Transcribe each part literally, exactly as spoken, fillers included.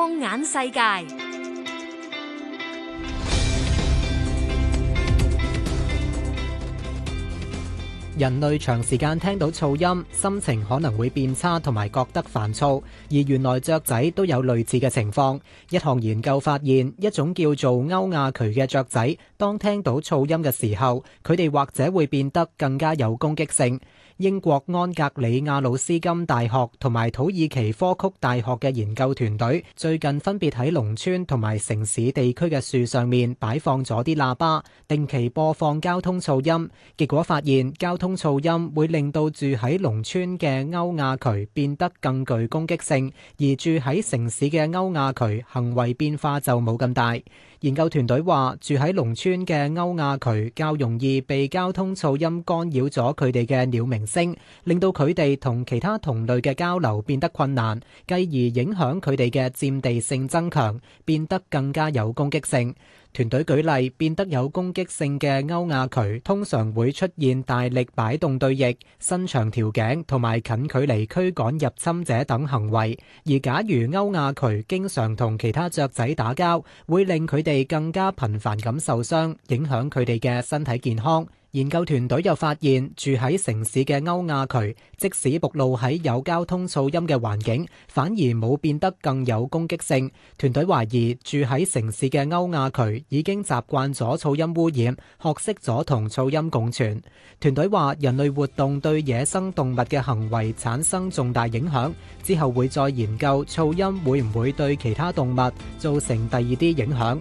放眼世界。 人類長時間聽到噪音，心情可能會變差同埋覺得煩躁，而原來雀仔都有類似嘅情況。一項研究發現，一種叫做歐亞鴝嘅雀仔，當聽到噪音嘅時候，佢哋或者會變得更加有攻擊性。英國安格里亞魯斯金大學同埋土耳其科曲大學嘅研究團隊最近分別喺農村同埋城市地區嘅樹上面擺放咗啲喇叭，定期播放交通噪音。結果發現，交通噪音會令到住喺農村嘅歐亞鴝變得更具攻擊性，而住喺城市嘅歐亞鴝行為變化就冇咁大。研究團隊話，住喺農村嘅歐亞鴝較容易被交通噪音干擾咗佢哋嘅鳥鳴聲，令到佢哋同其他同類嘅交流變得困難，繼而影響佢哋嘅佔地性增強，變得更加有攻擊性。團隊舉例，變得有攻擊性嘅歐亞鴝通常會出現大力擺動對翼、伸長條頸同埋近距離驅趕入侵者等行為。而假如歐亞鴝經常同其他雀仔打交，會令佢哋更加頻繁咁受傷，影響佢哋嘅身體健康。研究團隊又發現，住喺城市嘅歐亞鴝，即使暴露喺有交通噪音嘅環境，反而冇變得更有攻擊性。團隊懷疑，住喺城市嘅歐亞鴝已經習慣咗噪音污染，學識咗同噪音共存。團隊話，人類活動對野生動物嘅行為產生重大影響，之後會再研究噪音會唔會對其他動物造成第二啲影響。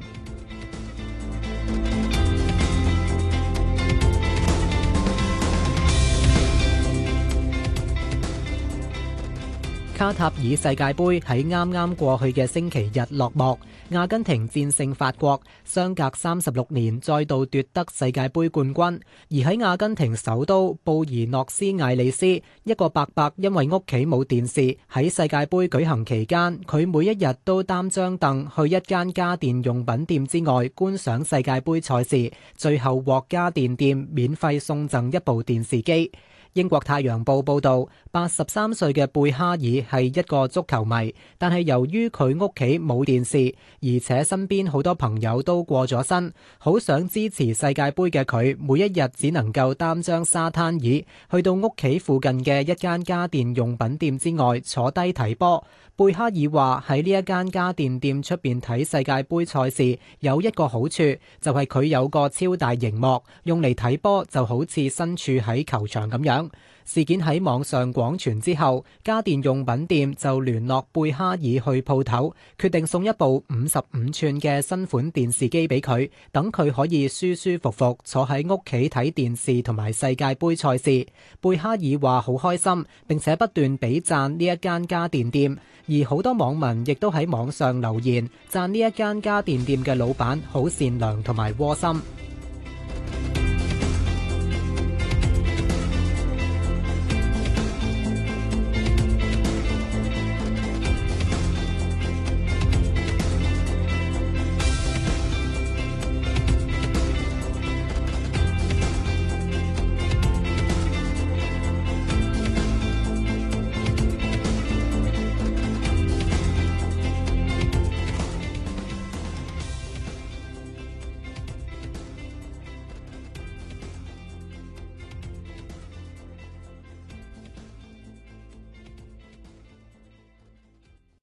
卡塔爾世界盃喺啱啱過去嘅星期日落幕，阿根廷戰勝法國，相隔三十六年再度奪得世界盃冠軍。而喺阿根廷首都布宜諾斯艾利斯，一個伯伯因為屋企冇電視，喺世界盃舉行期間，佢每一日都擔張凳去一間家電用品店之外觀賞世界盃賽事，最後獲家電店免費送贈一部電視機。英國太陽報報導，八十三歲嘅貝哈爾係一個足球迷，但係由於佢屋企冇電視，而且身邊好多朋友都過咗身，好想支持世界盃嘅佢，每一日只能夠擔張沙灘椅去到屋企附近嘅一間家電用品店之外坐低睇波。貝哈爾話喺呢一間家電店出邊睇世界盃賽事有一個好處，就係佢有個超大熒幕，用嚟睇波就好似身處喺球場咁樣。事件喺網上廣傳之後，家電用品店就聯絡貝哈爾去鋪頭，決定送一部五十五寸嘅新款電視機俾佢，等佢可以舒舒服服坐喺屋企睇電視同埋世界盃賽事。貝哈爾話好開心，並且不斷俾讚呢一間家電店，而好多網民亦都喺網上留言讚呢一間家電店嘅老闆好善良同埋窩心。